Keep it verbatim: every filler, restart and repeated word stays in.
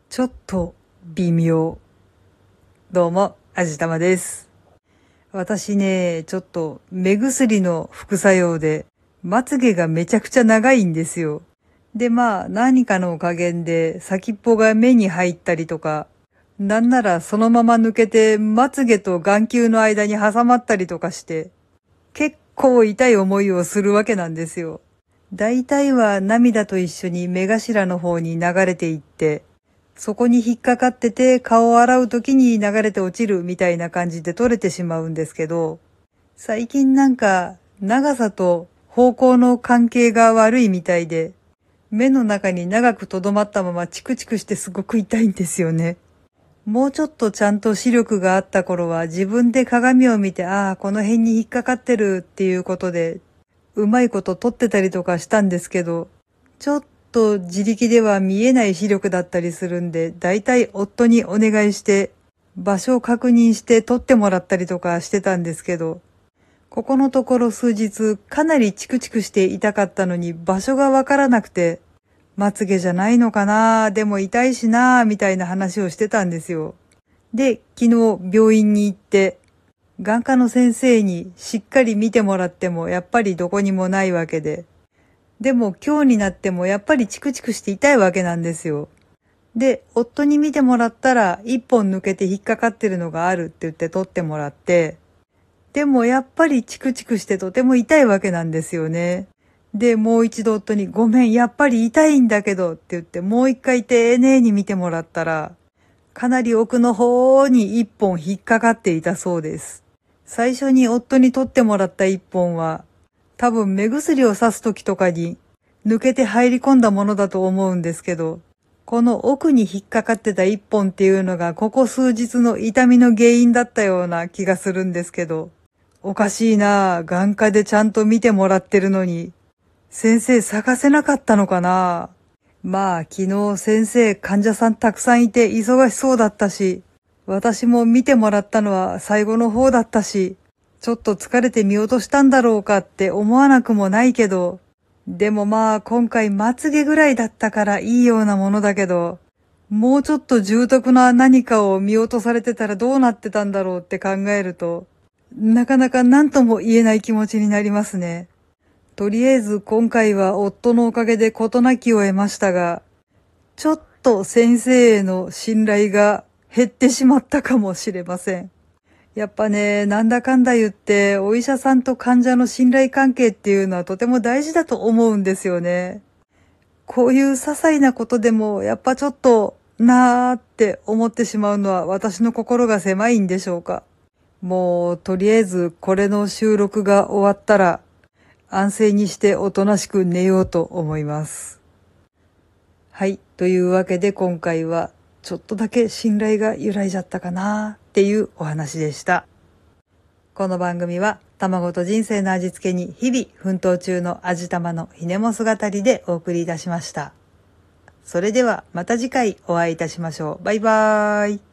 ちょっと微妙。どうも、あじたまです。私ね、ちょっと目薬の副作用で、まつげがめちゃくちゃ長いんですよ。で、まあ、何かの加減で先っぽが目に入ったりとか、なんならそのまま抜けてまつげと眼球の間に挟まったりとかして、結構痛い思いをするわけなんですよ。大体は涙と一緒に目頭の方に流れていって、そこに引っかかってて顔を洗う時に流れて落ちるみたいな感じで取れてしまうんですけど、最近なんか長さと方向の関係が悪いみたいで、目の中に長く留まったままチクチクしてすごく痛いんですよね。もうちょっとちゃんと視力があった頃は自分で鏡を見て、ああ、この辺に引っかかってるっていうことで、うまいこと撮ってたりとかしたんですけど、ちょっと自力では見えない視力だったりするんで、だいたい夫にお願いして、場所を確認して撮ってもらったりとかしてたんですけど、ここのところ数日かなりチクチクして痛かったのに場所がわからなくて、まつげじゃないのかな、でも痛いしな、みたいな話をしてたんですよ。で、昨日病院に行って、眼科の先生にしっかり見てもらってもやっぱりどこにもないわけで。でも今日になってもやっぱりチクチクして痛いわけなんですよ。で、夫に見てもらったら一本抜けて引っかかってるのがあるって言って取ってもらって、でもやっぱりチクチクしてとても痛いわけなんですよね。で、もう一度夫にごめん、やっぱり痛いんだけどって言ってもう一回丁寧に見てもらったら、かなり奥の方に一本引っかかっていたそうです。最初に夫に取ってもらった一本は、多分目薬をさす時とかに抜けて入り込んだものだと思うんですけど、この奥に引っかかってた一本っていうのがここ数日の痛みの原因だったような気がするんですけど、おかしいなぁ、眼科でちゃんと見てもらってるのに、先生探せなかったのかな。まあ昨日先生患者さんたくさんいて忙しそうだったし、私も見てもらったのは最後の方だったし、ちょっと疲れて見落としたんだろうかって思わなくもないけど、でもまあ今回まつげぐらいだったからいいようなものだけど、もうちょっと重篤な何かを見落とされてたらどうなってたんだろうって考えると、なかなか何とも言えない気持ちになりますね。とりあえず今回は夫のおかげで事なきを得ましたが、ちょっと先生への信頼が減ってしまったかもしれません。やっぱね、なんだかんだ言ってお医者さんと患者の信頼関係っていうのはとても大事だと思うんですよね。こういう些細なことでもやっぱちょっとなーって思ってしまうのは私の心が狭いんでしょうか。もうとりあえずこれの収録が終わったら安静にしておとなしく寝ようと思います。はい。というわけで今回はちょっとだけ信頼が揺らいじゃったかなっていうお話でした。この番組は卵と人生の味付けに日々奮闘中の味玉のひねも姿りでお送りいたしました。それではまた次回お会いいたしましょう。バイバーイ。